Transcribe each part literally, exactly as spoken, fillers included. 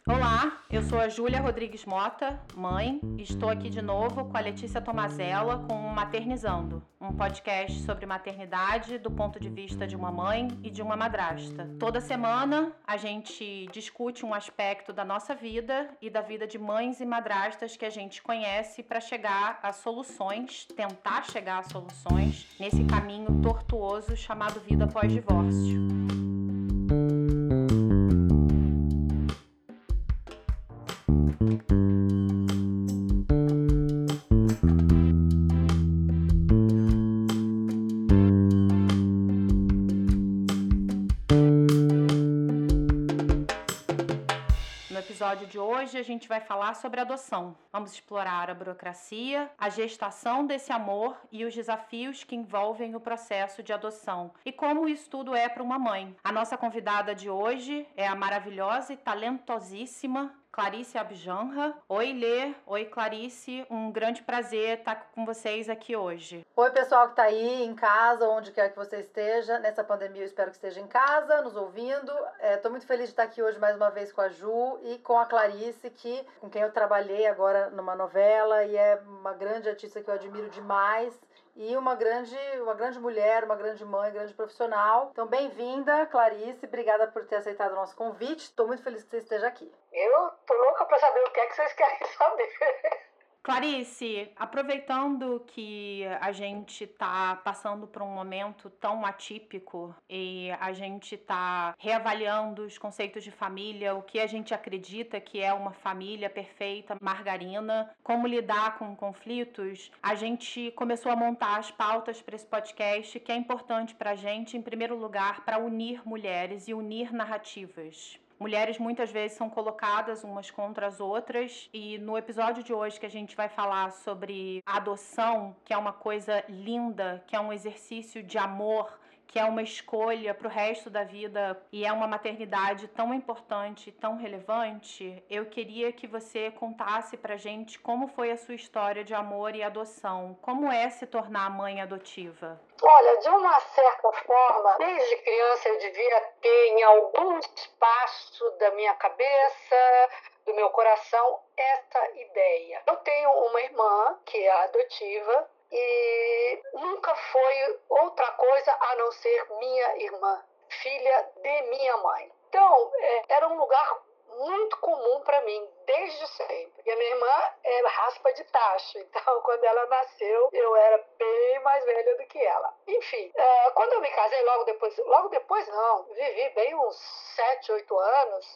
Olá, eu sou a Júlia Rodrigues Mota, mãe, e estou aqui de novo com a Letícia Tomazella com o Maternizando, um podcast sobre maternidade do ponto de vista de uma mãe e de uma madrasta. Toda semana a gente discute um aspecto da nossa vida e da vida de mães e madrastas que a gente conhece para chegar a soluções, tentar chegar a soluções nesse caminho tortuoso chamado vida pós-divórcio. No episódio de hoje, a gente vai falar sobre adoção. Vamos explorar a burocracia, a gestação desse amor e os desafios que envolvem o processo de adoção e como isso tudo é para uma mãe. A nossa convidada de hoje é a maravilhosa e talentosíssima Clarice Abjanra. Oi, Lê. Oi, Clarice. Um grande prazer estar com vocês aqui hoje. Oi, pessoal que está aí em casa, onde quer que você esteja. Nessa pandemia, eu espero que esteja em casa, nos ouvindo. Estou muito feliz de estar aqui hoje mais uma vez com a Ju e com a Clarice, que, com quem eu trabalhei agora numa novela e é uma grande artista que eu admiro demais. E uma grande, uma grande mulher, uma grande mãe, grande profissional. Então, bem-vinda, Clarice. Obrigada por ter aceitado o nosso convite. Estou muito feliz que você esteja aqui. Eu tô louca para saber o que é que vocês querem saber. Clarice, aproveitando que a gente está passando por um momento tão atípico e a gente está reavaliando os conceitos de família, o que a gente acredita que é uma família perfeita, margarina, como lidar com conflitos, a gente começou a montar as pautas para esse podcast, que é importante para a gente, em primeiro lugar, para unir mulheres e unir narrativas. Mulheres muitas vezes são colocadas umas contra as outras e no episódio de hoje que a gente vai falar sobre a adoção, que é uma coisa linda, que é um exercício de amor, que é uma escolha para o resto da vida e é uma maternidade tão importante, tão relevante, eu queria que você contasse pra gente como foi a sua história de amor e adoção. Como é se tornar mãe adotiva? Olha, de uma certa forma, desde criança eu devia ter em algum espaço da minha cabeça, do meu coração, essa ideia. Eu tenho uma irmã que é adotiva e nunca foi outra coisa a não ser minha irmã, filha de minha mãe. Então, era um lugar muito comum para mim, desde sempre. E a minha irmã é raspa de tacho, então quando ela nasceu, eu era bem mais velha do que ela. Enfim, quando eu me casei, logo depois, logo depois não, vivi bem uns sete, oito anos,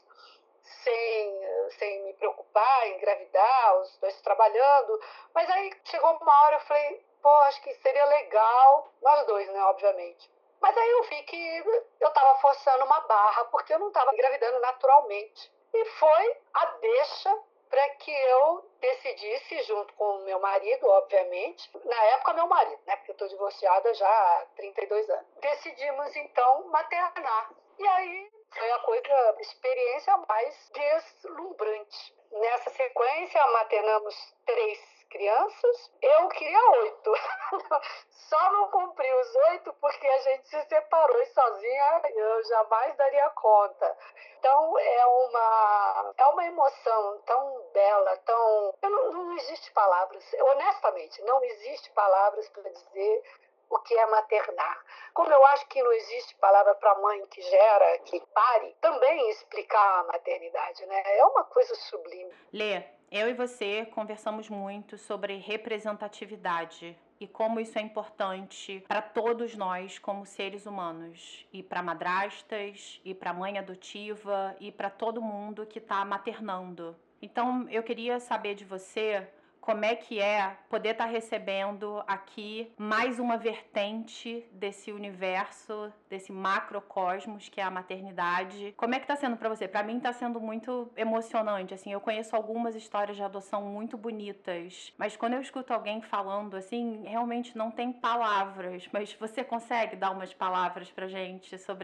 sem, sem me preocupar em engravidar, os dois trabalhando, mas aí chegou uma hora eu falei, pô, acho que seria legal, nós dois, né, obviamente. Mas aí eu vi que eu estava forçando uma barra, porque eu não estava engravidando naturalmente. E foi a deixa para que eu decidisse, junto com o meu marido, obviamente, na época meu marido, né, porque eu estou divorciada já há trinta e dois anos, decidimos então maternar. E aí foi a coisa, a experiência mais deslumbrante. Nessa sequência, maternamos três crianças, eu queria oito. Só não cumpri os oito porque a gente se separou e sozinha eu jamais daria conta. Então é uma, é uma emoção tão bela, tão... Não, não existe palavras, honestamente, não existe palavras para dizer o que é maternar. Como eu acho que não existe palavra para mãe que gera, que pare, também explicar a maternidade, né? É uma coisa sublime. Lê, eu e você conversamos muito sobre representatividade e como isso é importante para todos nós como seres humanos, e para madrastas, e para mãe adotiva, e para todo mundo que está maternando. Então, eu queria saber de você como é que é poder estar recebendo aqui mais uma vertente desse universo, desse macrocosmos que é a maternidade. Como é que está sendo para você? Para mim está sendo muito emocionante, assim, eu conheço algumas histórias de adoção muito bonitas, mas quando eu escuto alguém falando assim, realmente não tem palavras, mas você consegue dar umas palavras pra gente sobre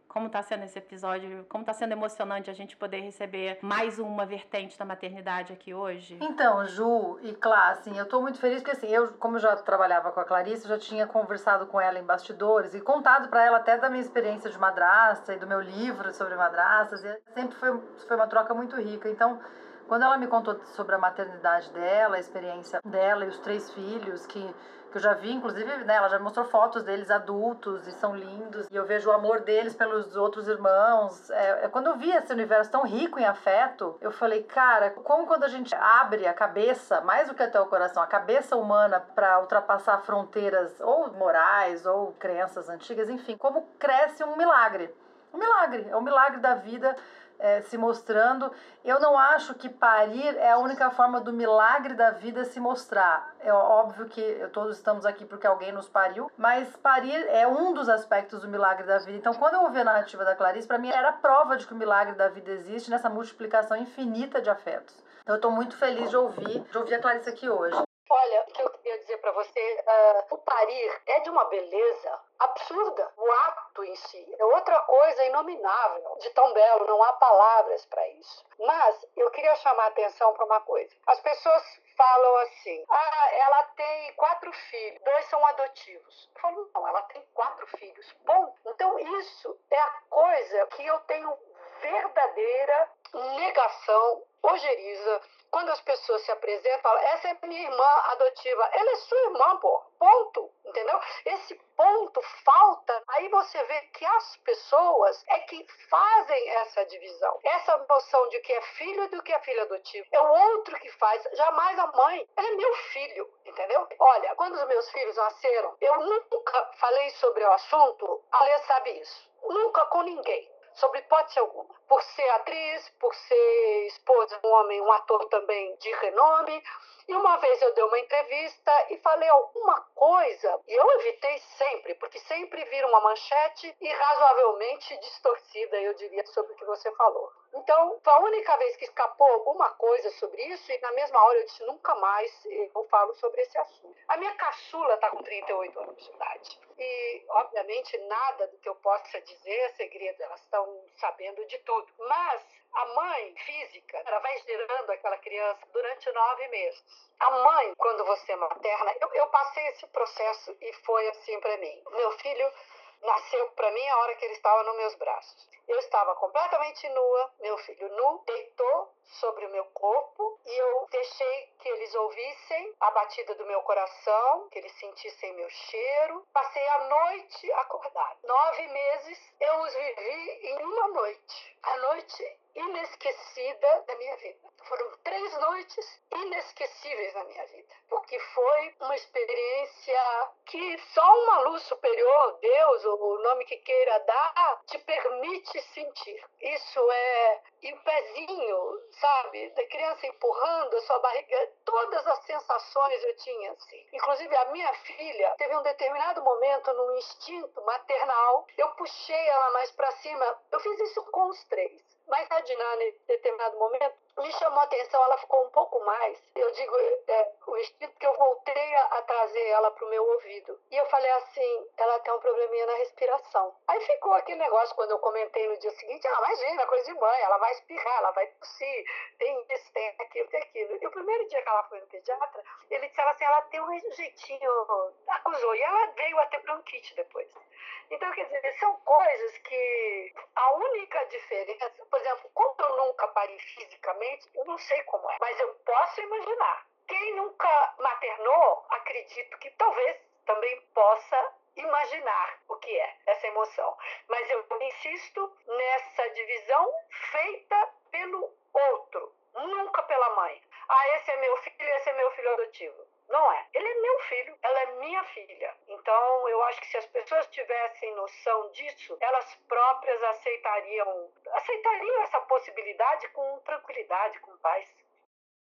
Como está sendo esse episódio? Como está sendo emocionante a gente poder receber mais uma vertente da maternidade aqui hoje? Então, Ju e Clá, assim, eu tô muito feliz porque, assim, eu, como eu já trabalhava com a Clarice, eu já tinha conversado com ela em bastidores e contado para ela até da minha experiência de madrasta e do meu livro sobre madrastas. E sempre foi, foi uma troca muito rica. Então, quando ela me contou sobre a maternidade dela, a experiência dela e os três filhos, que, que eu já vi, inclusive, né, ela já mostrou fotos deles adultos e são lindos, e eu vejo o amor deles pelos outros irmãos. É, é, quando eu vi esse universo tão rico em afeto, eu falei, cara, como quando a gente abre a cabeça, mais do que até o coração, a cabeça humana para ultrapassar fronteiras ou morais ou crenças antigas, enfim, como cresce um milagre. Um milagre, é um milagre da vida. É, se mostrando. Eu não acho que parir é a única forma do milagre da vida se mostrar. É óbvio que todos estamos aqui porque alguém nos pariu, mas parir é um dos aspectos do milagre da vida. Então, quando eu ouvi a narrativa da Clarice, para mim era prova de que o milagre da vida existe nessa multiplicação infinita de afetos. Então, eu estou muito feliz de ouvir, de ouvir a Clarice aqui hoje. Olha, o que eu queria dizer para você, uh, o parir é de uma beleza absurda. O ato em si é outra coisa inominável, de tão belo, não há palavras para isso. Mas eu queria chamar a atenção para uma coisa. As pessoas falam assim, ah, ela tem quatro filhos, dois são adotivos. Eu falo, não, ela tem quatro filhos. Bom, então isso é a coisa que eu tenho verdadeira negação, ojeriza, quando as pessoas se apresentam, falam, essa é minha irmã adotiva. Ela é sua irmã, pô. Ponto. Entendeu? Esse ponto falta. Aí você vê que as pessoas é que fazem essa divisão. Essa noção de que é filho do que é filho adotivo. É o outro que faz. Jamais a mãe. Ela é meu filho. Entendeu? Olha, quando os meus filhos nasceram, eu nunca falei sobre o assunto. A Lê sabe isso. Nunca com ninguém. Sobre hipótese alguma. Por ser atriz, por ser esposa de um homem, um ator também de renome. E uma vez eu dei uma entrevista e falei alguma coisa, e eu evitei sempre, porque sempre vira uma manchete e razoavelmente distorcida, eu diria, sobre o que você falou. Então, foi a única vez que escapou alguma coisa sobre isso, e na mesma hora eu disse, nunca mais eu falo sobre esse assunto. A minha caçula está com trinta e oito anos de idade. E, obviamente, nada do que eu possa dizer é segredo, elas estão sabendo de tudo. Mas a mãe física, ela vai gerando aquela criança durante nove meses. A mãe, quando você é materna, eu, eu passei esse processo e foi assim para mim. Meu filho nasceu para mim a hora que ele estava nos meus braços. Eu estava completamente nua, meu filho nu, deitou sobre o meu corpo e eu deixei que eles ouvissem a batida do meu coração, que eles sentissem meu cheiro. Passei a noite acordada. Nove meses eu os vivi em uma noite. A noite inesquecida da minha vida. Foram três noites inesquecíveis na minha vida, porque foi uma experiência que só uma luz superior, Deus, ou o nome que queira dar, te permite sentir. Isso é... E o pezinho, sabe, da criança empurrando a sua barriga, todas as sensações eu tinha assim. Inclusive a minha filha teve um determinado momento, num instinto maternal, eu puxei ela mais para cima. Eu fiz isso com os três. Mas a Diná, em determinado momento, me chamou a atenção, ela ficou um pouco mais. Eu digo, é, o instinto que eu voltei a, a trazer ela para o meu ouvido. E eu falei assim, ela tem um probleminha na respiração. Aí ficou aquele negócio, quando eu comentei no dia seguinte, ah, imagina, coisa de mãe, ela vai espirrar, ela vai tossir, tem isso, tem aquilo, tem aquilo. E o primeiro dia que ela foi no pediatra, ele disse ela assim, ela tem um jeitinho, acusou, e ela veio a ter bronquite depois. Então, quer dizer, são coisas que a única diferença, por exemplo, como eu nunca parei fisicamente, eu não sei como é, mas eu posso imaginar. Quem nunca maternou, acredito que talvez também possa imaginar o que é essa emoção. Mas eu insisto nessa divisão feita pelo outro, nunca pela mãe. Ah, esse é meu filho, esse é meu filho adotivo. Não é. Ele é meu filho, ela é minha filha. Então, eu acho que se as pessoas tivessem noção disso, elas próprias aceitariam, aceitariam essa possibilidade com tranquilidade, com paz.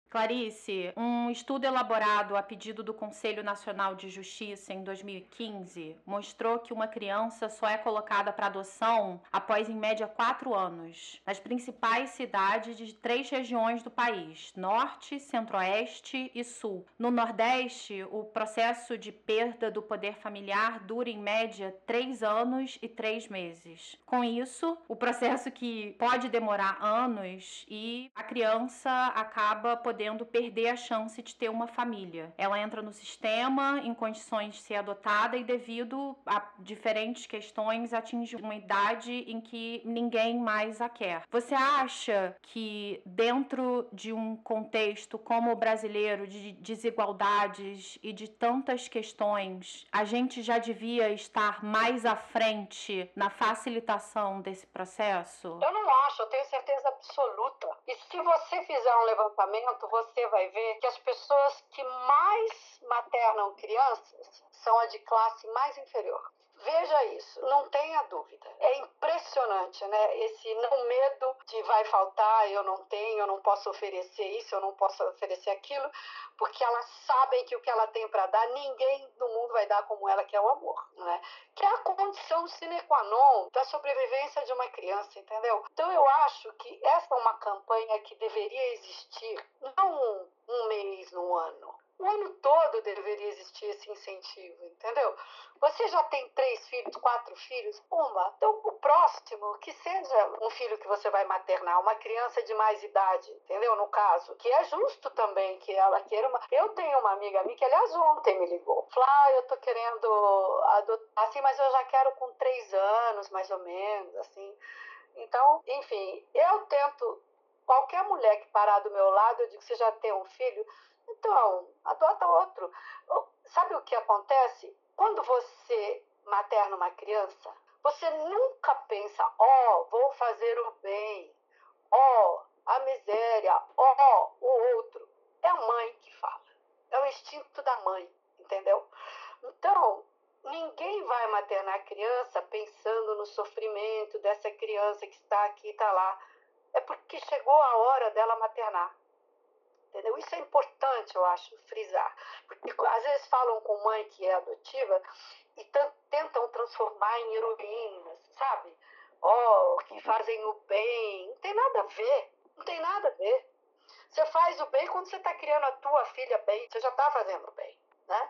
Clarice, um estudo elaborado a pedido do Conselho Nacional de Justiça em dois mil e quinze mostrou que uma criança só é colocada para adoção após, em média, quatro anos, nas principais cidades de três regiões do país: Norte, Centro-Oeste e Sul. No Nordeste, o processo de perda do poder familiar dura, em média, três anos e três meses. Com isso, o processo que pode demorar anos e a criança acaba podendo perder a chance de ter uma família. Ela entra no sistema em condições de ser adotada e, devido a diferentes questões, atinge uma idade em que ninguém mais a quer. Você acha que, dentro de um contexto como o brasileiro, de desigualdades e de tantas questões, a gente já devia estar mais à frente na facilitação desse processo? Eu não acho, eu tenho certeza absoluta. E se você fizer um levantamento, você vai ver que as pessoas que mais maternam crianças são a de classe mais inferior. Veja isso, não tenha dúvida. É impressionante, né? Esse não medo de vai faltar, eu não tenho, eu não posso oferecer isso, eu não posso oferecer aquilo, porque elas sabem que o que ela tem para dar, ninguém no mundo vai dar como ela, que é o amor, né? Que é a condição sine qua non da sobrevivência de uma criança, entendeu? Então eu acho que essa é uma campanha que deveria existir, não um, um mês no ano. O ano todo deveria existir esse incentivo, entendeu? Você já tem três filhos, quatro filhos, uma. Então, o próximo, que seja um filho que você vai maternar, uma criança de mais idade, entendeu? No caso, que é justo também que ela queira uma... Eu tenho uma amiga minha que, aliás, ontem me ligou. Falou, ah, eu tô querendo adotar, assim, mas eu já quero com três anos, mais ou menos, assim. Então, enfim, eu tento... Qualquer mulher que parar do meu lado, eu digo, você já tem um filho... Então, adota outro. Sabe o que acontece? Quando você materna uma criança, você nunca pensa, ó, oh, vou fazer o bem, ó, oh, a miséria, ó, oh, o outro. É a mãe que fala. É o instinto da mãe, entendeu? Então, ninguém vai maternar a criança pensando no sofrimento dessa criança que está aqui e está lá. É porque chegou a hora dela maternar. Entendeu? Isso é importante, eu acho, frisar. Porque às vezes falam com mãe que é adotiva e tentam transformar em heroínas, sabe? Ó, oh, que fazem o bem. Não tem nada a ver. Não tem nada a ver. Você faz o bem quando você está criando a tua filha bem. Você já está fazendo o bem, né?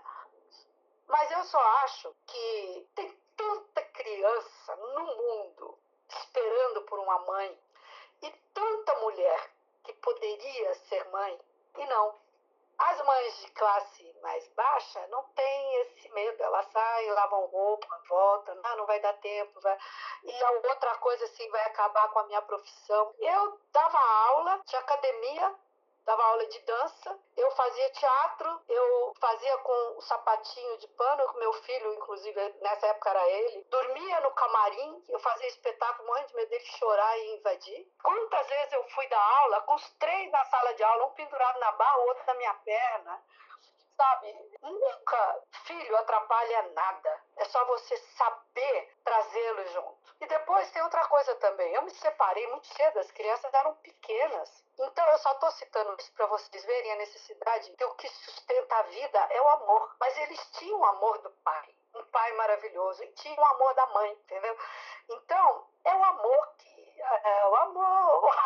Mas eu só acho que tem tanta criança no mundo esperando por uma mãe e tanta mulher que poderia ser mãe. E não. As mães de classe mais baixa não têm esse medo. Elas saem, lavam roupa, voltam. Ah, não vai dar tempo. Vai... E a outra coisa assim, vai acabar com a minha profissão. Eu dava aula de academia, dava aula de dança, eu fazia teatro, eu fazia com o sapatinho de pano, que meu filho, inclusive, nessa época era ele, dormia no camarim, eu fazia espetáculo, morrendo de medo dele chorar e invadir. Quantas vezes eu fui dar aula, com os três na sala de aula, um pendurado na barra, o outro na minha perna, sabe? Nunca filho atrapalha nada, é só você saber trazê-lo junto. E depois tem outra coisa também, eu me separei muito cedo, as crianças eram pequenas. Então, eu só estou citando isso para vocês verem a necessidade que o que sustenta a vida é o amor. Mas eles tinham o amor do pai, um pai maravilhoso, e tinham o amor da mãe, entendeu? Então, é o amor que... É o amor...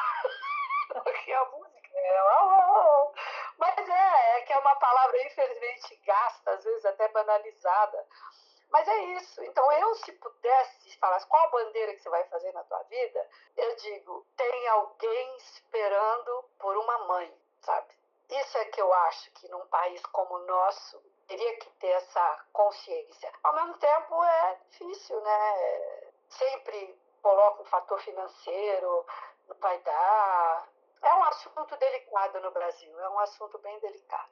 que a música é o amor... Mas é, é que é uma palavra, infelizmente, gasta, às vezes até banalizada. Mas é isso. Então, eu, se pudesse falar qual a bandeira que você vai fazer na tua vida, eu digo, tem alguém esperando por uma mãe, sabe? Isso é que eu acho que num país como o nosso, teria que ter essa consciência. Ao mesmo tempo, é difícil, né? Sempre coloca um fator financeiro, não vai dar... É um assunto delicado no Brasil, é um assunto bem delicado.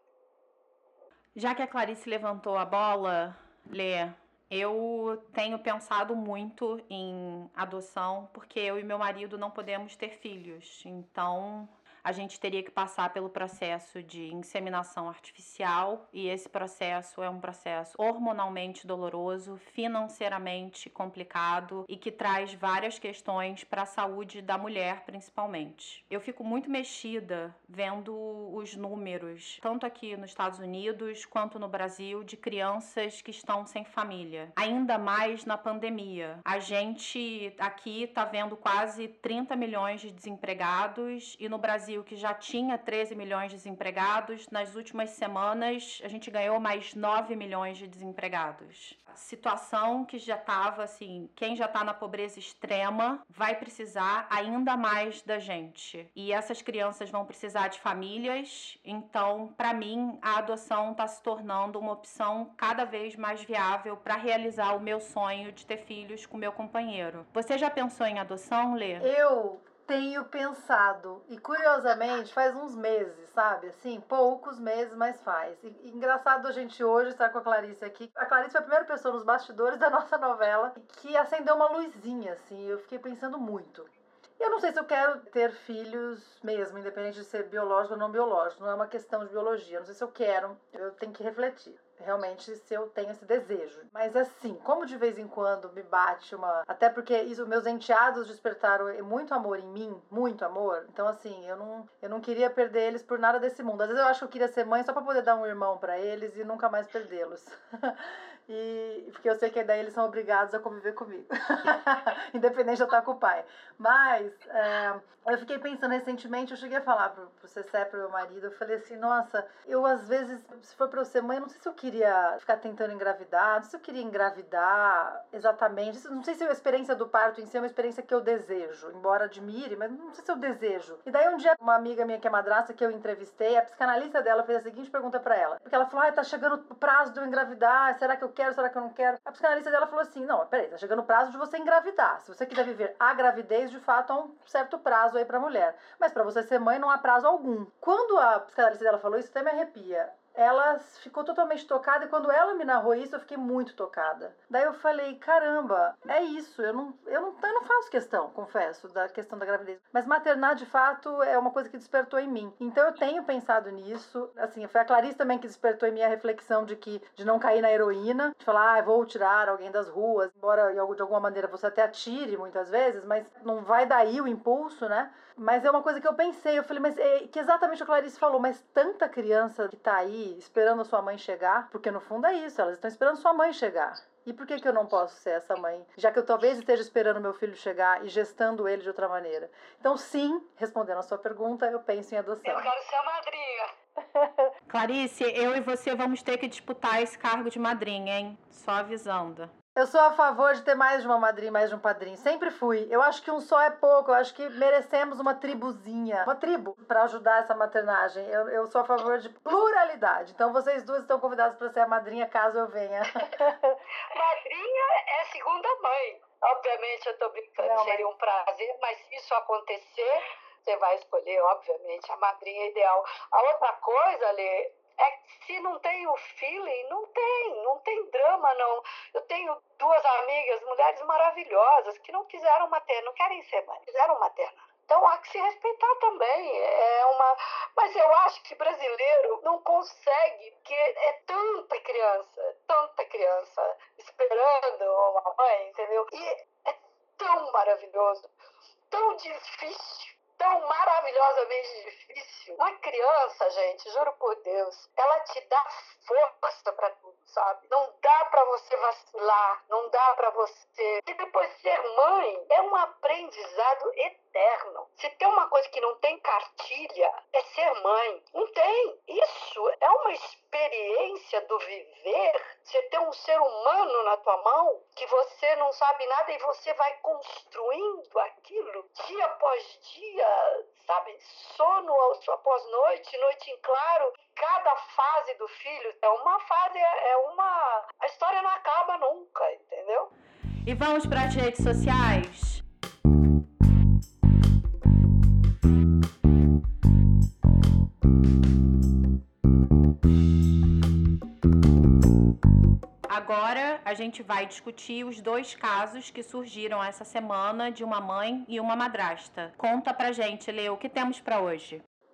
Já que a Clarice levantou a bola, Lê, eu tenho pensado muito em adoção, porque eu e meu marido não podemos ter filhos. Então, a gente teria que passar pelo processo de inseminação artificial, e esse processo é um processo hormonalmente doloroso, financeiramente complicado e que traz várias questões para a saúde da mulher, principalmente. Eu fico muito mexida vendo os números, tanto aqui nos Estados Unidos quanto no Brasil, de crianças que estão sem família. Ainda mais na pandemia. A gente aqui está vendo quase trinta milhões de desempregados, e no Brasil, que já tinha treze milhões de desempregados, nas últimas semanas a gente ganhou mais nove milhões de desempregados. Situação que já estava assim, quem já está na pobreza extrema vai precisar ainda mais da gente. E essas crianças vão precisar de famílias, então, para mim, a adoção está se tornando uma opção cada vez mais viável para realizar o meu sonho de ter filhos com meu companheiro. Você já pensou em adoção, Lê? Eu tenho pensado, e curiosamente faz uns meses, sabe, assim, poucos meses, mas faz. E, e engraçado a gente hoje estar com a Clarice aqui. A Clarice foi a primeira pessoa nos bastidores da nossa novela que acendeu uma luzinha, assim, eu fiquei pensando muito. Eu não sei se eu quero ter filhos mesmo, independente de ser biológico ou não biológico, não é uma questão de biologia, não sei se eu quero, eu tenho que refletir. Realmente, se eu tenho esse desejo. Mas assim, como de vez em quando me bate uma... Até porque isso, meus enteados despertaram muito amor em mim, muito amor. Então assim, eu não, eu não queria perder eles por nada desse mundo. Às vezes eu acho que eu queria ser mãe só pra poder dar um irmão pra eles e nunca mais perdê-los. E porque eu sei que daí eles são obrigados a conviver comigo. Independente de eu estar com o pai. Mas é, eu fiquei pensando recentemente, eu cheguei a falar pro, pro Cessé, pro meu marido, eu falei assim, nossa, eu às vezes, se for pra eu ser mãe, eu não sei se eu queria ficar tentando engravidar, não sei se eu queria engravidar exatamente, não sei se a experiência do parto em si é uma experiência que eu desejo, embora admire, mas não sei se eu desejo. E daí um dia, uma amiga minha que é madrasta, que eu entrevistei, a psicanalista dela fez a seguinte pergunta pra ela, porque ela falou, ah, tá chegando o prazo de eu engravidar, será que eu quero, será que eu não quero? A psicanalista dela falou assim, não, peraí, tá chegando o prazo de você engravidar, se você quiser viver a gravidez, de fato, há um certo prazo aí pra mulher, mas pra você ser mãe não há prazo algum. Quando a psicanalista dela falou isso, até me arrepia. Ela ficou totalmente tocada e quando ela me narrou isso, eu fiquei muito tocada. Daí eu falei, caramba, é isso, eu não, eu não, eu não faço questão, confesso, da questão da gravidez. Mas maternar, de fato, é uma coisa que despertou em mim. Então eu tenho pensado nisso, assim, foi a Clarice também que despertou em mim a reflexão de que, de não cair na heroína, de falar, ah, vou tirar alguém das ruas, embora de alguma maneira você até atire muitas vezes, mas não vai daí o impulso, né? Mas é uma coisa que eu pensei, eu falei, mas é que exatamente o que a Clarice falou, mas tanta criança que tá aí esperando a sua mãe chegar, porque no fundo é isso, elas estão esperando sua mãe chegar. E por que que eu não posso ser essa mãe? Já que eu talvez esteja esperando meu filho chegar e gestando ele de outra maneira. Então sim, respondendo a sua pergunta, eu penso em adoção. Eu quero ser a madrinha. Clarice, eu e você vamos ter que disputar esse cargo de madrinha, hein? Só avisando. Eu sou a favor de ter mais de uma madrinha, mais de um padrinho. Sempre fui. Eu acho que um só é pouco. Eu acho que merecemos uma tribuzinha. Uma tribo para ajudar essa maternagem. Eu, eu sou a favor de pluralidade. Então vocês duas estão convidadas para ser a madrinha caso eu venha. Madrinha é segunda mãe. Obviamente eu tô brincando. Não, seria mas... um prazer, mas se isso acontecer, você vai escolher, obviamente, a madrinha ideal. A outra coisa, Lê, é que se não tem o feeling, não tem, não tem drama, não. Eu tenho duas amigas, mulheres maravilhosas, que não quiseram maternar, não querem ser mãe, quiseram maternar. Então há que se respeitar também. É uma... Mas eu acho que brasileiro não consegue, porque é tanta criança, tanta criança esperando uma mãe, entendeu? E é tão maravilhoso, tão difícil. Tão maravilhosamente difícil. Uma criança, gente, juro por Deus, ela te dá força pra tudo, sabe? Não dá pra você vacilar, não dá pra você... E depois ser mãe é um aprendizado eterno. Se tem uma coisa que não tem cartilha, é ser mãe. Não tem. Isso é uma experiência do viver. Você tem um ser humano na tua mão que você não sabe nada e você vai construindo aquilo dia após dia, sabe? Sono após noite, noite em claro. Cada fase do filho é uma fase, é uma... A história não acaba nunca, entendeu? E vamos para as redes sociais? Agora a gente vai discutir os dois casos que surgiram essa semana de uma mãe e uma madrasta. Conta pra gente, Lê, o que temos pra hoje?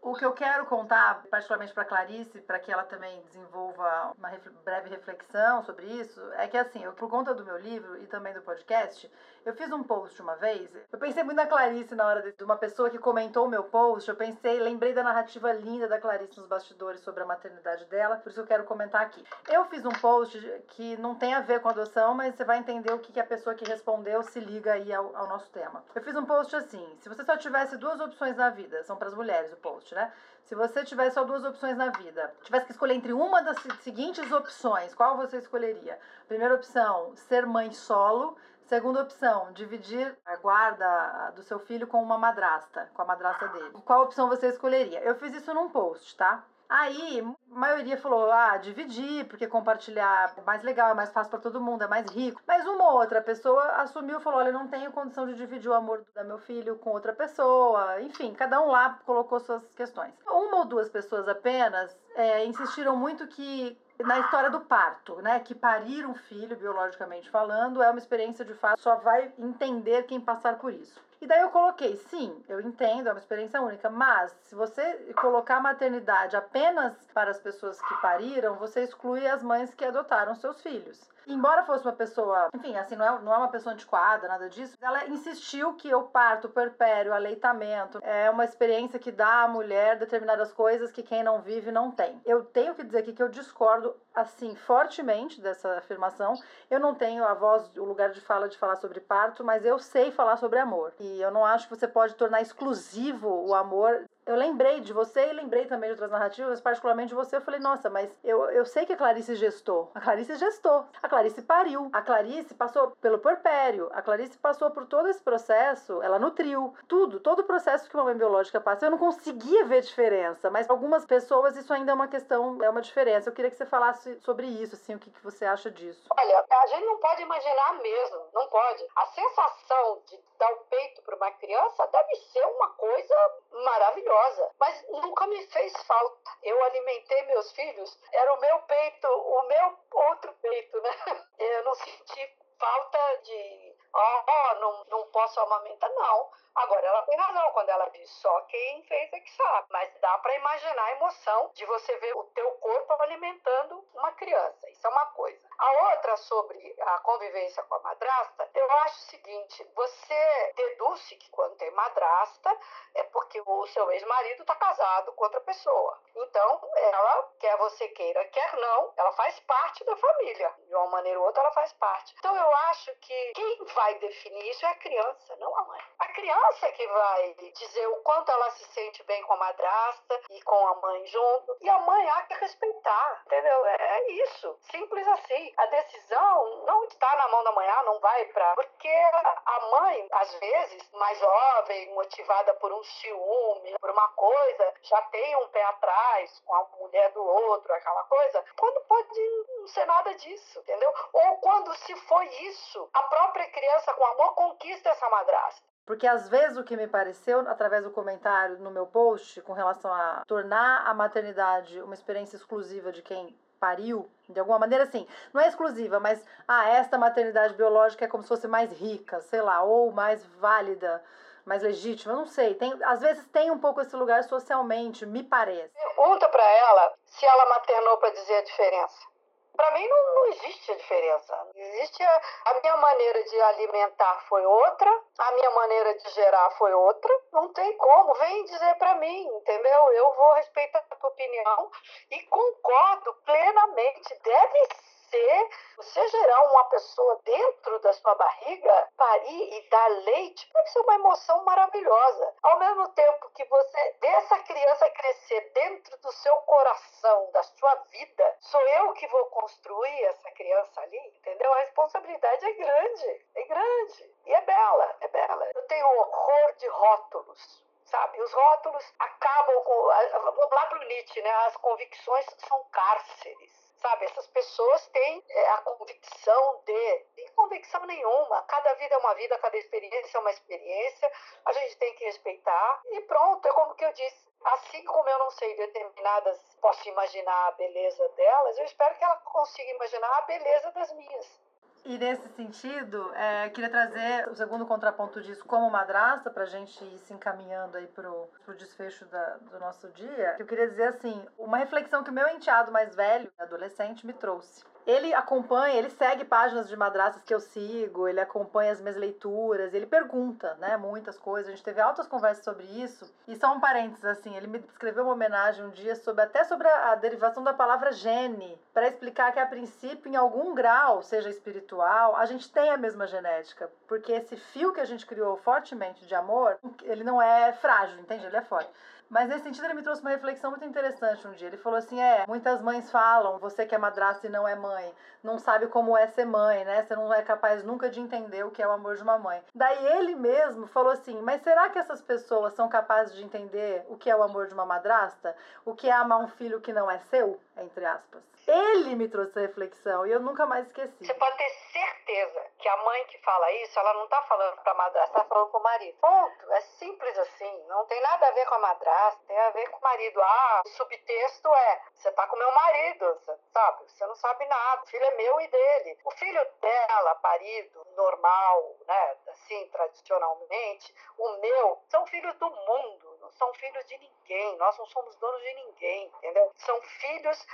O que eu quero contar, particularmente para Clarice, para que ela também desenvolva uma ref- breve reflexão sobre isso, é que assim, eu, por conta do meu livro e também do podcast, eu fiz um post uma vez, eu pensei muito na Clarice na hora de, de uma pessoa que comentou o meu post, eu pensei, lembrei da narrativa linda da Clarice nos bastidores sobre a maternidade dela, por isso eu quero comentar aqui. Eu fiz um post que não tem a ver com adoção, mas você vai entender o que, que a pessoa que respondeu se liga aí ao, ao nosso tema. Eu fiz um post assim, se você só tivesse duas opções na vida, são para as mulheres o post, né? Se você tivesse só duas opções na vida, tivesse que escolher entre uma das seguintes opções, qual você escolheria? Primeira opção, ser mãe solo. Segunda opção, dividir a guarda do seu filho com uma madrasta, com a madrasta dele. Qual opção você escolheria? Eu fiz isso num post, tá? Aí, a maioria falou, ah, dividir, porque compartilhar é mais legal, é mais fácil para todo mundo, é mais rico. Mas uma ou outra pessoa assumiu e falou, olha, eu não tenho condição de dividir o amor do meu filho com outra pessoa. Enfim, cada um lá colocou suas questões. Uma ou duas pessoas apenas é, insistiram muito que na história do parto, né, que parir um filho, biologicamente falando, é uma experiência de fato, só vai entender quem passar por isso. E daí eu coloquei, sim, eu entendo, é uma experiência única, mas se você colocar a maternidade apenas para as pessoas que pariram, você exclui as mães que adotaram seus filhos. Embora fosse uma pessoa, enfim, assim, não é, não é uma pessoa antiquada, nada disso, ela insistiu que o parto, o puerpério, o aleitamento é uma experiência que dá à mulher determinadas coisas que quem não vive não tem. Eu tenho que dizer aqui que eu discordo, assim, fortemente dessa afirmação. Eu não tenho a voz, o lugar de fala de falar sobre parto, mas eu sei falar sobre amor. E eu não acho que você pode tornar exclusivo o amor. Eu lembrei de você e lembrei também de outras narrativas, particularmente de você. Eu falei, nossa, mas eu, eu sei que a Clarice gestou. A Clarice gestou. A Clarice pariu. A Clarice passou pelo puerpério. A Clarice passou por todo esse processo. Ela nutriu. Tudo. Todo o processo que uma mãe biológica passa. Eu não conseguia ver diferença, mas para algumas pessoas isso ainda é uma questão, é uma diferença. Eu queria que você falasse sobre isso, assim, o que, que você acha disso. Olha, a gente não pode imaginar mesmo. Não pode. A sensação de dar o peito para uma criança deve ser uma coisa maravilhosa. Mas nunca me fez falta. Eu alimentei meus filhos, era o meu peito, o meu outro peito, né? Eu não senti falta de, ó, oh, não, não posso amamentar, não. Agora, ela tem razão quando ela diz, só quem fez é que sabe. Mas dá para imaginar a emoção de você ver o teu corpo alimentando uma criança. Isso é uma coisa. A outra, sobre a convivência com a madrasta, eu acho o seguinte, você deduz que quando tem madrasta é porque o seu ex-marido está casado com outra pessoa. Então, ela, quer você queira, quer não, ela faz parte da família. De uma maneira ou outra, ela faz parte. Então, eu acho que quem vai definir isso é a criança, não a mãe. A criança é que vai dizer o quanto ela se sente bem com a madrasta e com a mãe junto. E a mãe há que respeitar, entendeu? É isso, simples assim. A decisão não está na mão da mãe, ah, não vai pra... Porque a mãe, às vezes, mais jovem, motivada por um ciúme, por uma coisa, já tem um pé atrás com a mulher do outro, aquela coisa, quando pode não ser nada disso, entendeu? Ou quando, se foi isso, a própria criança com amor conquista essa madrasta. Porque às vezes o que me pareceu, através do comentário no meu post, com relação a tornar a maternidade uma experiência exclusiva de quem pariu, de alguma maneira assim, não é exclusiva, mas ah, esta maternidade biológica é como se fosse mais rica, sei lá, ou mais válida, mais legítima, eu não sei. Tem, às vezes tem um pouco esse lugar socialmente, me parece. Pergunta para ela se ela maternou para dizer a diferença. Para mim não, não existe a diferença. Existe a, a minha maneira de alimentar foi outra, a minha maneira de gerar foi outra. Não tem como. Vem dizer para mim, entendeu? Eu vou respeitar a tua opinião e concordo plenamente. Deve ser você gerar uma pessoa dentro da sua barriga, parir e dar leite, deve ser uma emoção maravilhosa. Ao mesmo tempo que você vê essa criança crescer dentro do seu coração, da sua vida, sou eu que vou construir essa criança ali, entendeu? A responsabilidade é grande, é grande. E é bela, é bela. Eu tenho horror de rótulos. Sabe, os rótulos acabam com... Vamos lá para o Nietzsche, né? As convicções são cárceres. Sabe, essas pessoas têm é, a convicção de... Tem convicção nenhuma. Cada vida é uma vida, cada experiência é uma experiência. A gente tem que respeitar. E pronto, é como que eu disse. Assim como eu não sei determinadas... Posso imaginar a beleza delas, eu espero que ela consiga imaginar a beleza das minhas. E nesse sentido, é, queria trazer o segundo contraponto disso como madrasta, pra gente ir se encaminhando aí pro, pro desfecho da, do nosso dia. Eu queria dizer assim, uma reflexão que o meu enteado mais velho, adolescente, me trouxe. Ele acompanha, ele segue páginas de madrastas que eu sigo, ele acompanha as minhas leituras, ele pergunta, né, muitas coisas. A gente teve altas conversas sobre isso. E só um parênteses, assim, ele me escreveu uma homenagem um dia sobre, até sobre a, a derivação da palavra gene, para explicar que, a princípio, em algum grau, seja espiritual, a gente tem a mesma genética. Porque esse fio que a gente criou fortemente de amor, ele não é frágil, entende? Ele é forte. Mas nesse sentido ele me trouxe uma reflexão muito interessante um dia. Ele falou assim, é, muitas mães falam, você que é madrasta e não é mãe, não sabe como é ser mãe, né? Você não é capaz nunca de entender o que é o amor de uma mãe. Daí ele mesmo falou assim, mas será que essas pessoas são capazes de entender o que é o amor de uma madrasta? O que é amar um filho que não é seu? Entre aspas. Ele me trouxe essa reflexão e eu nunca mais esqueci. Você pode ter certeza que a mãe que fala isso, ela não tá falando pra madrasta, tá falando pro marido. Ponto. É simples assim. Não tem nada a ver com a madrasta, tem a ver com o marido. Ah, o subtexto é, você tá com meu marido, sabe? Você não sabe nada. O filho é meu e dele. O filho dela, parido, normal, né? Assim, tradicionalmente, o meu, são filhos do mundo. Não são filhos de ninguém. Nós não somos donos de ninguém, entendeu? São filhos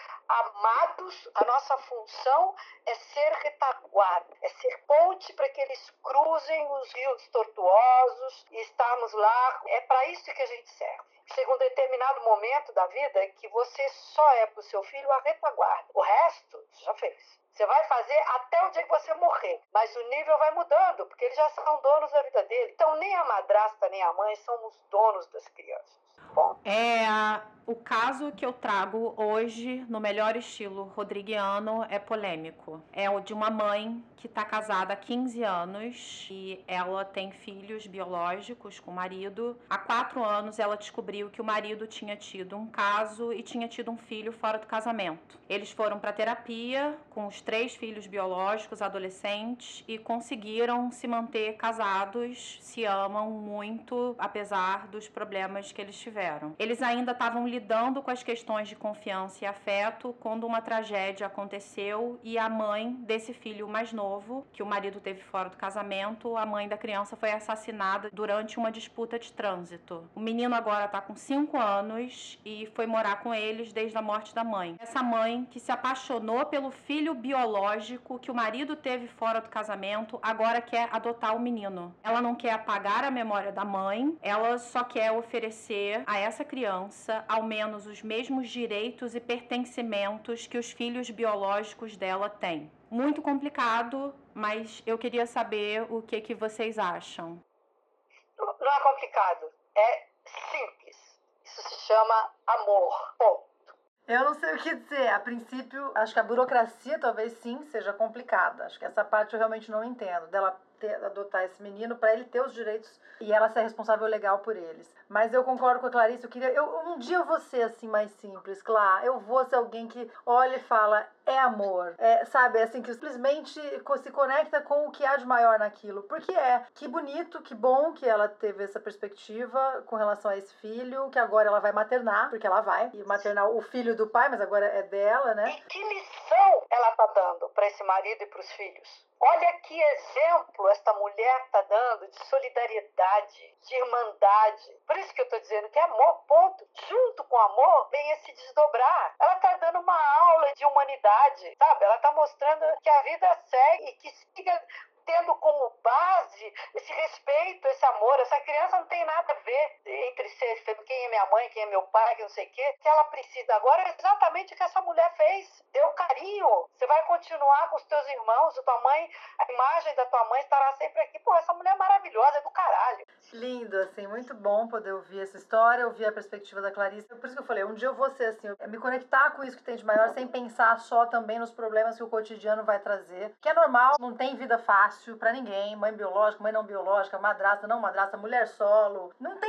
amados. A nossa função é ser retaguarda, é ser ponte para que eles cruzem os rios tortuosos e estarmos lá. É para isso que a gente serve. Chega um determinado momento da vida que você só é para o seu filho a retaguarda. O resto, você já fez. Você vai fazer até o dia que você morrer. Mas o nível vai mudando, porque eles já são donos da vida dele. Então nem a madrasta nem a mãe somos donos das crianças. Bom. É, o caso que eu trago hoje, no melhor estilo rodriguiano, é polêmico. É o de uma mãe que está casada há quinze anos e ela tem filhos biológicos com o marido. Há quatro anos ela descobriu que o marido tinha tido um caso e tinha tido um filho fora do casamento. Eles foram para terapia com os três filhos biológicos, adolescentes, e conseguiram se manter casados, se amam muito, apesar dos problemas que eles tiveram. Eles ainda estavam lidando com as questões de confiança e afeto quando uma tragédia aconteceu e a mãe desse filho mais novo, que o marido teve fora do casamento, a mãe da criança foi assassinada durante uma disputa de trânsito. O menino agora está com cinco anos e foi morar com eles desde a morte da mãe. Essa mãe que se apaixonou pelo filho biológico que o marido teve fora do casamento, agora quer adotar o menino. Ela não quer apagar a memória da mãe, ela só quer oferecer a essa criança ao menos os mesmos direitos e pertencimentos que os filhos biológicos dela têm. Muito complicado, mas eu queria saber o que, que vocês acham. Não é complicado, é simples. Isso se chama amor. Ponto. Eu não sei o que dizer. A princípio, acho que a burocracia talvez sim seja complicada. Acho que essa parte eu realmente não entendo. Dela ter, adotar esse menino para ele ter os direitos e ela ser responsável legal por eles. Mas eu concordo com a Clarice. Eu queria, eu, um dia eu vou ser assim mais simples, claro. Eu vou ser alguém que olha e fala, é amor. É, sabe, assim, que simplesmente se conecta com o que há de maior naquilo. Porque é. Que bonito, que bom que ela teve essa perspectiva com relação a esse filho, que agora ela vai maternar, porque ela vai. E maternar o filho do pai, mas agora é dela, né? E que lição ela tá dando para esse marido e para os filhos? Olha que exemplo esta mulher está dando de solidariedade, de irmandade. Por isso que eu estou dizendo que é amor, ponto. Junto com amor, vem esse desdobrar. Ela está dando uma aula de humanidade, sabe? Ela está mostrando que a vida segue e que siga tendo como base esse respeito, esse amor. Essa criança não tem nada a ver entre ser quem é minha mãe, quem é meu pai, quem não sei o quê. O que ela precisa agora é exatamente o que essa mulher fez. Deu carinho. Você vai continuar com os teus irmãos, a tua mãe, a imagem da tua mãe estará sempre aqui. Pô, essa mulher é maravilhosa, é do caralho. Lindo, assim, muito bom poder ouvir essa história, ouvir a perspectiva da Clarice. Por isso que eu falei, um dia eu vou ser assim, me conectar com isso que tem de maior, sem pensar só também nos problemas que o cotidiano vai trazer. Que é normal, não tem vida fácil pra ninguém, mãe biológica, mãe não biológica, madrasta, não madrasta, mulher solo. Não tem vida fácil.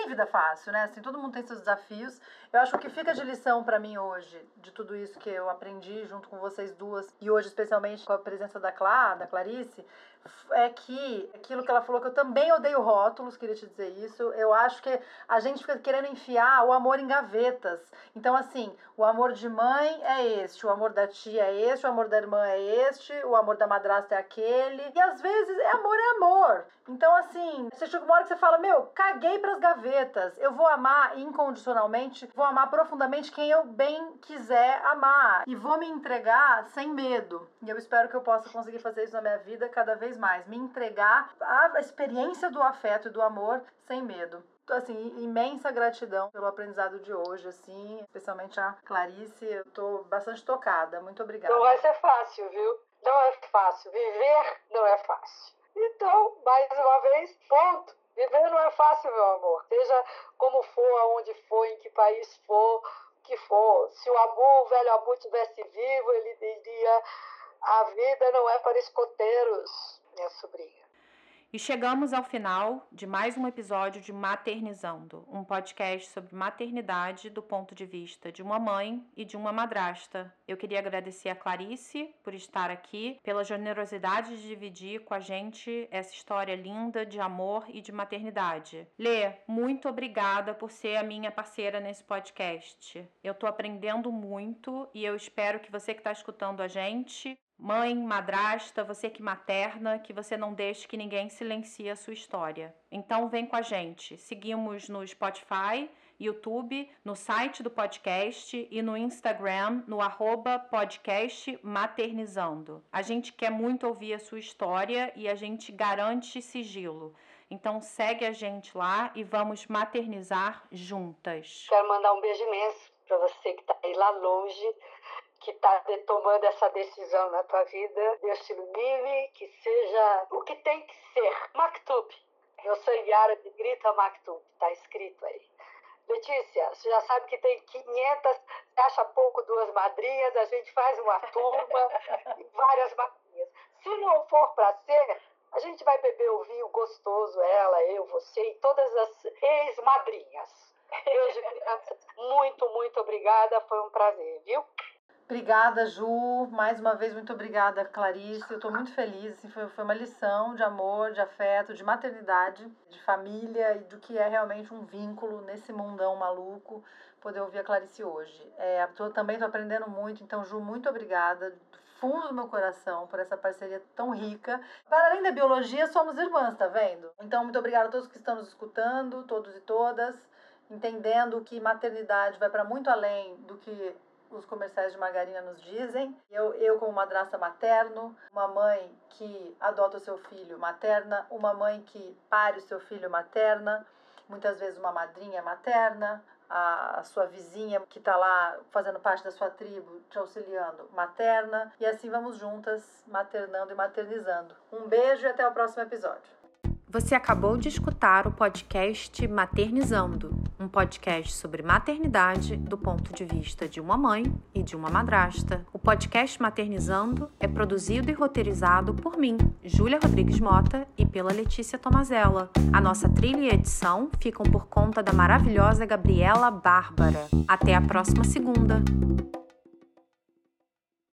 fácil, né? Assim, todo mundo tem seus desafios. Eu acho que o que fica de lição pra mim hoje, de tudo isso que eu aprendi junto com vocês duas, e hoje especialmente com a presença da Clá, da Clarice, é que aquilo que ela falou, que eu também odeio rótulos, queria te dizer isso. Eu acho que a gente fica querendo enfiar o amor em gavetas. Então, assim, o amor de mãe é este, o amor da tia é este, o amor da irmã é este, o amor da madrasta é aquele. E às vezes é amor é amor. Então, assim, você chega uma hora que você fala, meu, caguei pras gavetas. Eu vou amar incondicionalmente, vou amar profundamente quem eu bem quiser amar. E vou me entregar sem medo. E eu espero que eu possa conseguir fazer isso na minha vida cada vez mais, me entregar à experiência do afeto e do amor sem medo. Assim, imensa gratidão pelo aprendizado de hoje, assim, especialmente a Clarice, eu tô bastante tocada. Muito obrigada. Não vai ser fácil, viu? Não é fácil. Viver não é fácil. Então, mais uma vez, ponto. Viver não é fácil, meu amor. Seja como for, aonde for, em que país for, o que for. Se o Abu, o velho Abu, estivesse vivo, ele diria: a vida não é para escoteiros, minha sobrinha. E chegamos ao final de mais um episódio de Maternizando, um podcast sobre maternidade do ponto de vista de uma mãe e de uma madrasta. Eu queria agradecer a Clarice por estar aqui, pela generosidade de dividir com a gente essa história linda de amor e de maternidade. Lê, muito obrigada por ser a minha parceira nesse podcast. Eu tô aprendendo muito e eu espero que você que está escutando a gente, mãe, madrasta, você que materna, que você não deixe que ninguém silencie a sua história. Então vem com a gente. Seguimos no Spotify, YouTube, no site do podcast e no Instagram, no arroba podcast maternizando. A gente quer muito ouvir a sua história e a gente garante sigilo. Então segue a gente lá e vamos maternizar juntas. Quero mandar um beijo imenso para você que está aí lá longe, que está tomando essa decisão na tua vida. Deus te ilumine, que seja o que tem que ser. Maktub. Eu sou em árabe, grita Maktub. Está escrito aí. Letícia, você já sabe que tem quinhentas, você acha pouco duas madrinhas, a gente faz uma turma e várias madrinhas. Se não for para ser, a gente vai beber o vinho gostoso, ela, eu, você e todas as ex-madrinhas. Beijo, crianças. Muito, muito obrigada. Foi um prazer, viu? Obrigada, Ju. Mais uma vez, muito obrigada, Clarice. Eu estou muito feliz. Assim, foi, foi uma lição de amor, de afeto, de maternidade, de família e do que é realmente um vínculo nesse mundão maluco, poder ouvir a Clarice hoje. É, tô, também estou aprendendo muito. Então, Ju, muito obrigada do fundo do meu coração por essa parceria tão rica. Para além da biologia, somos irmãs, tá vendo? Então, muito obrigada a todos que estão nos escutando, todos e todas, entendendo que maternidade vai para muito além do que os comerciais de margarina nos dizem. Eu, eu como madrasta materno, uma mãe que adota o seu filho materna, uma mãe que pare o seu filho materna, muitas vezes uma madrinha materna, a, a sua vizinha que está lá fazendo parte da sua tribo, te auxiliando, materna. E assim vamos juntas, maternando e maternizando. Um beijo e até o próximo episódio. Você acabou de escutar o podcast Maternizando, um podcast sobre maternidade do ponto de vista de uma mãe e de uma madrasta. O podcast Maternizando é produzido e roteirizado por mim, Júlia Rodrigues Mota, e pela Letícia Tomazella. A nossa trilha e edição ficam por conta da maravilhosa Gabriela Bárbara. Até a próxima segunda!